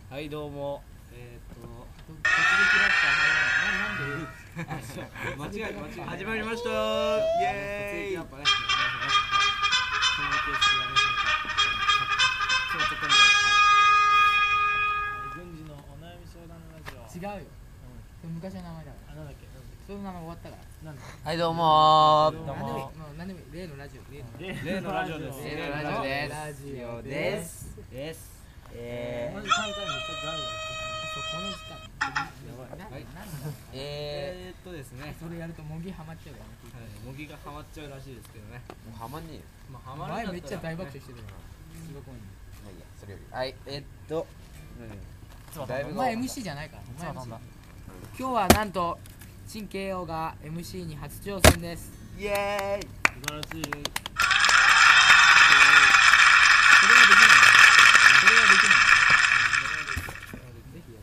はいどうも間違え始まりましたーイエーイやっぱね軍事のお悩み相談のラジオ。 違うよ、昔の名前だから。 なんだっけ。 その名前終わったから。 なんだっはいどうもどうも何でもいい、例のラジオ、 例のラジオです。 例のラジオです。ラジオです。 マジ3回も言っちゃダメだよ。 この時間。 ですね。 それやると模擬ハマっちゃうから。 模擬がハマっちゃうらしいですけどね。 もうハマんねえよ。 まあハマるんだったら前めっちゃ大爆笑してるから。 まあいいやそれよりはいお前 MC じゃないから。今日はなんと新慶応が MC に初挑戦です。 イエーイ素晴らしい。 それはできない。ぜひや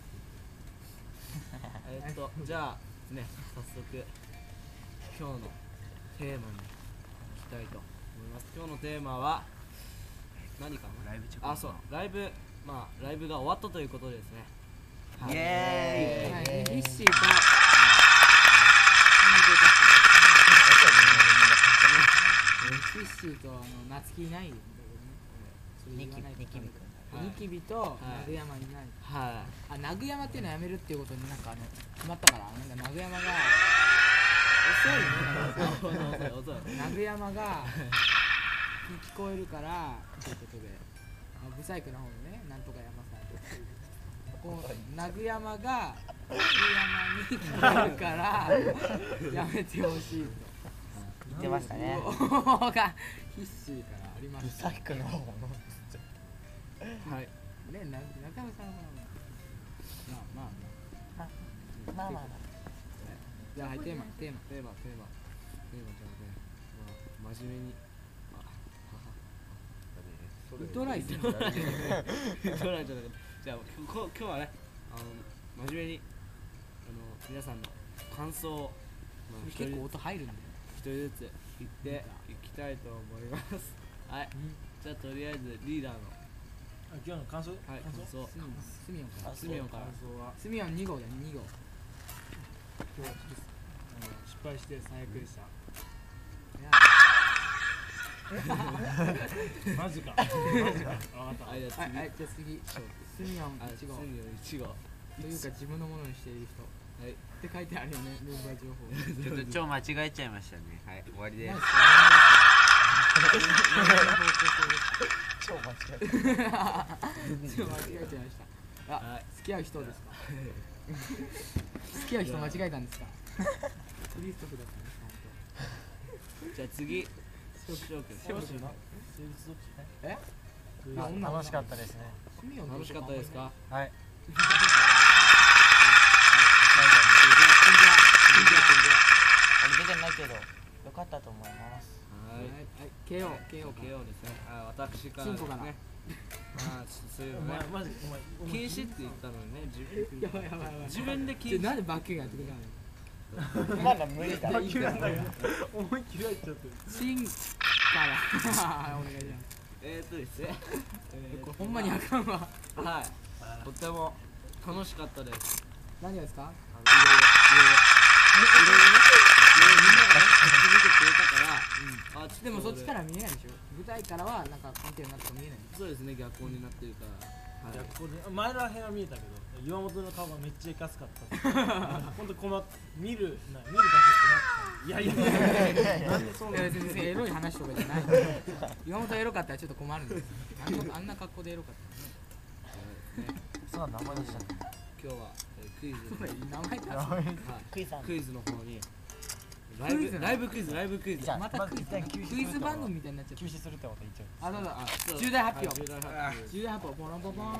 って。 じゃあね早速今日のテーマに行きたいと思います。今日のテーマは何かな。そうライブライブが終わったということですね。 イエーイ。ヒッシーと夏希いないんだけどね。ニキビとナグヤマいない。ナグヤマっていうのやめるっていうことになんか決まったから、なんかナグヤマが遅い。ナグヤマが聞こえるからということで、ブサイクの方のね、なんとか山さん。こうナグヤマがナグヤマに聞こえるからやめてほしいと。 言ってましたね。 がヒッシーからありました。 ブサイクの方のはい。 ね、中山さんはまあ。じゃあはい、テーマじゃあね、 真面目にウトライズ。 じゃあ今日はね真面目に皆さんの感想を結構音入るんだよ。 一人ずつ言っていきたいと思います。はい。じゃあとりあえずリーダーの今日の感想。 スミオンから。 スミオンから。 スミオン2号だよ、2号。 今日は失敗して最悪でした。マジか。分かった。 はい、じゃあ次。スミオン1号。というか自分のものにしている人。はい。って書いてあるよね、メンバー情報。 ちょっと超間違えちゃいましたね。はい、終わりです。超間違えちゃいました。付き合う人ですか。付き合う人間違えたんですか。クリストフだったんですか。 じゃあ次。 楽しかったですね。 楽しかったですか。 はい。出てないけどよかったと思います。 はい。 KO ですね。私からですね。 そういうのね。禁止って言ったのにね、自分で禁止。 なんでバッキングやってくれたの。 まだ無理だ。 思いっきり入っちゃってる。 シンからお願いします。 ですね。 ほんまにあかんわ。 はい。とても楽しかったです。 何がですか。 みんながね、見てくれたから、 でもそっちから見えないでしょ。舞台からはなんか関係なく見えない。 そうですね、逆光になってるから。 逆光で前の辺は見えたけど、岩本の顔がめっちゃいかつかった。本当見る場所ってなった。いやなんでそうなの。 全然エロい話とかじゃない。岩本エロかったらちょっと困るんです。あんな格好でエロかった。 そう名前でしたね。 今日はクイズ。 名前だ。 クイズの方に。ライブクイズ。 またクイズ番組みたいになっちゃった。 休止するってこと言っちゃう。 重大発表。ポロンポポン。はい、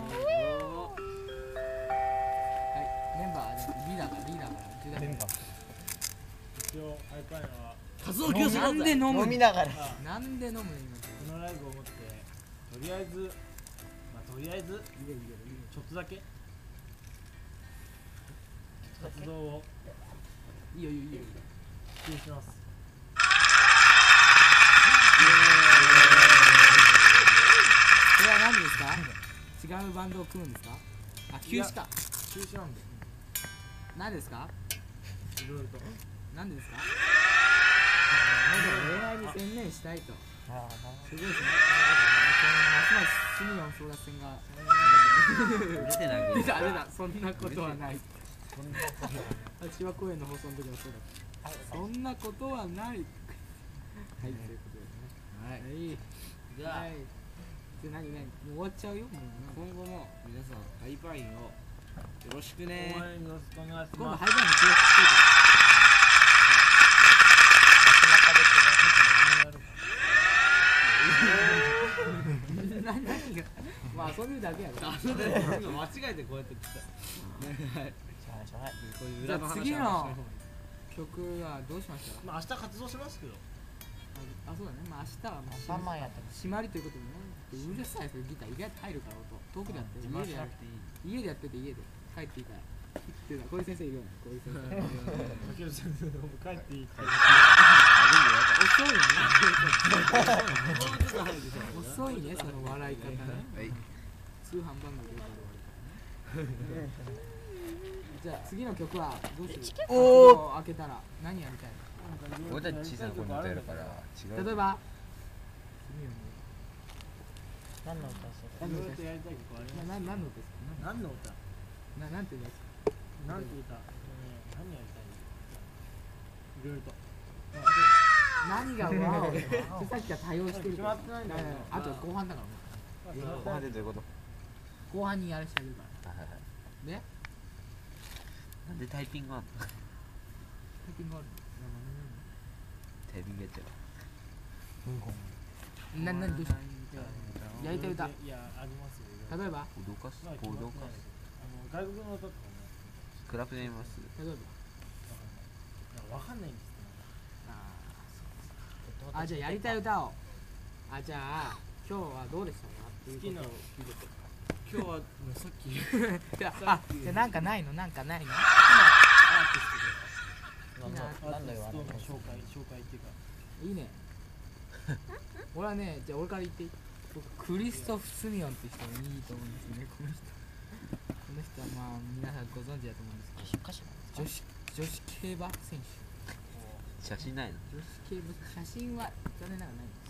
メンバーリーダーから一応あれかいのは活動休止なんで飲む。 飲みながら。 なんで飲むの今。 このライブをもってとりあえずちょっとだけ活動をいいよ休止します。 これは何ですか。違うバンドを組むんですか。 あ、休止か。 中止なんで何ですか？ いろいろと何でですか？恋愛に専念したいと。 ああ、 すごいですね。ますますスミヨン争奪戦が出てない出た出た。そんなことはない。千葉公園の放送の時もそうだった。そんなことはない。はい、ということですね。 はいはい。 じゃあはい。で、何もう終わっちゃうよ。もう今後も皆さんハイパインをよろしくね応援よろしくお願いし今度ますハイバーに協力してるから。何がまあ遊んでるだけやろ。 今間違えてこうやって来たはいしょうがないこういうじゃあ裏の話は次のしない方がいい曲はどうしました？ まあ明日活動しますけどあ、そうだね。まあ明日はもう 3万やってます締まりということでね。うるさいそれギター意外と入るから音。遠くでやって自慢し家でやるなくていい家でやってて家で帰っていいから。言ってた。こういう先生いるよね。こういう先生。 竹内先生も帰っていいって遅いね。 もうちょっと早くしないと遅いねその笑い方ね。 はい通販番組でよくあるからね。じゃあ次の曲はどうする？ お開けたら何やりたい？ 俺たち小さな子に歌えるから違う。 例えば何の歌する何の歌ですいろいろとやりたい曲あります何の歌ですか？ 何の歌なんていうやつ？ 何て歌何やりたいいろいろと何がワオよ。さっきから多用してるから。 決まってないんだよあと後半だからも後半でどういうこと？ う。後半にやらしてあげるから。ね？ なんでタイピングあんの？ 最近があるタイピングやっちゃう。 の。何どうした？やりたい歌。 いやありますよいろいろ例えば？ 脅かすまあ決まってないけど外国の歌とかもクラブで見ます。 例えば？ わかんないんですあ、じゃあやりたい歌を。あ、じゃあ今日はどうでしたかっていうことを聞いてて。 今日はさっきじゃあなんかないの？なんかないの？ アーティストで何の言わないアーティストの紹介っていうかいいね。俺はね、じゃあ俺から言っていい？僕クリストフ・スミヨンって人がいいと思うんですよね。この人はまあ皆さんご存知だと思うんですけど、 歌詞なんですか女子競馬選手。 写真ないの？ 女子競馬写真は残念ながらないんです。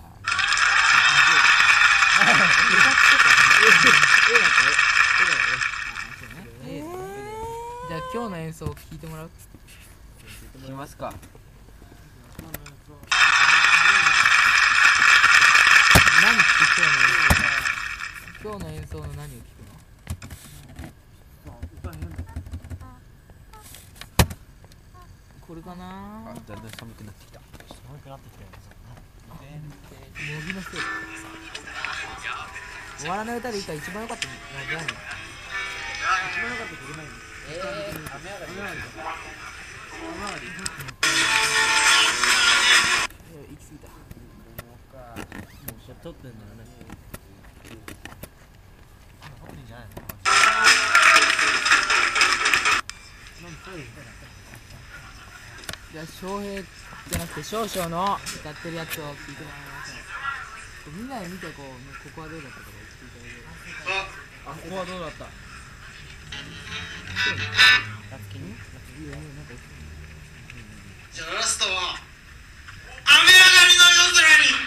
じゃあ今日の演奏を聞いてもらう？ 聞きますか。 何聞く？今日の演奏の何を聞くの？ 歌変だこれかあ、 な？ だんだん寒くなってきた。 寒くなってきてるんですよ模擬のせい。終わらない歌で言ったら一番良かったのは何？ 一番良かった曲ないんです雨上がり行き過ぎた。 撮ってんだよねホテルじゃないのじゃあ翔平じゃなくて少々の歌ってるやつを聞いてもらいましょう。みんなで見てここはどうだったか言っていただければ。 あここはどうだった？ 夏希にいいよいいよなんか言ってる。 じゃあラストは雨上がりの夜空に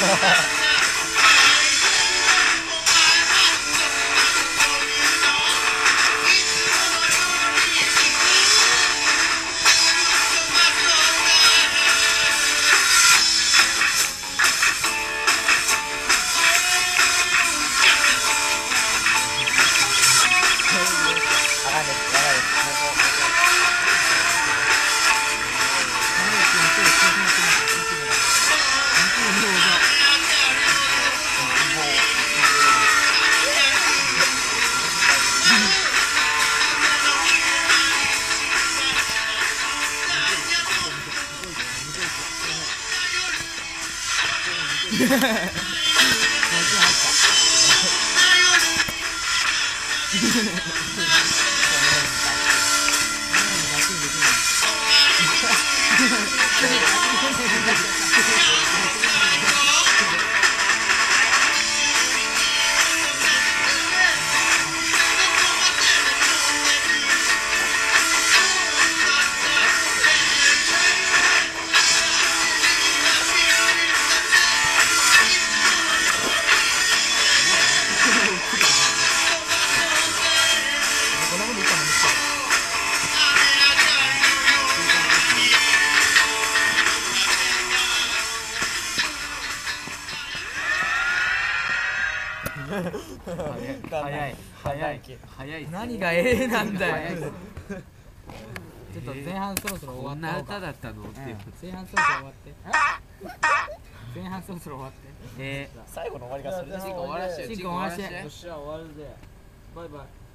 早い。 何がなんだよ。ちょっと前半そろそろ終わこんなった方が。 歌だったのっていう。 前半そろそろ終わって。前半そろそろ終わって。 最後の終わりがそれで終わらしてシンくん終わらしてよっしゃ終わるぜバイバイ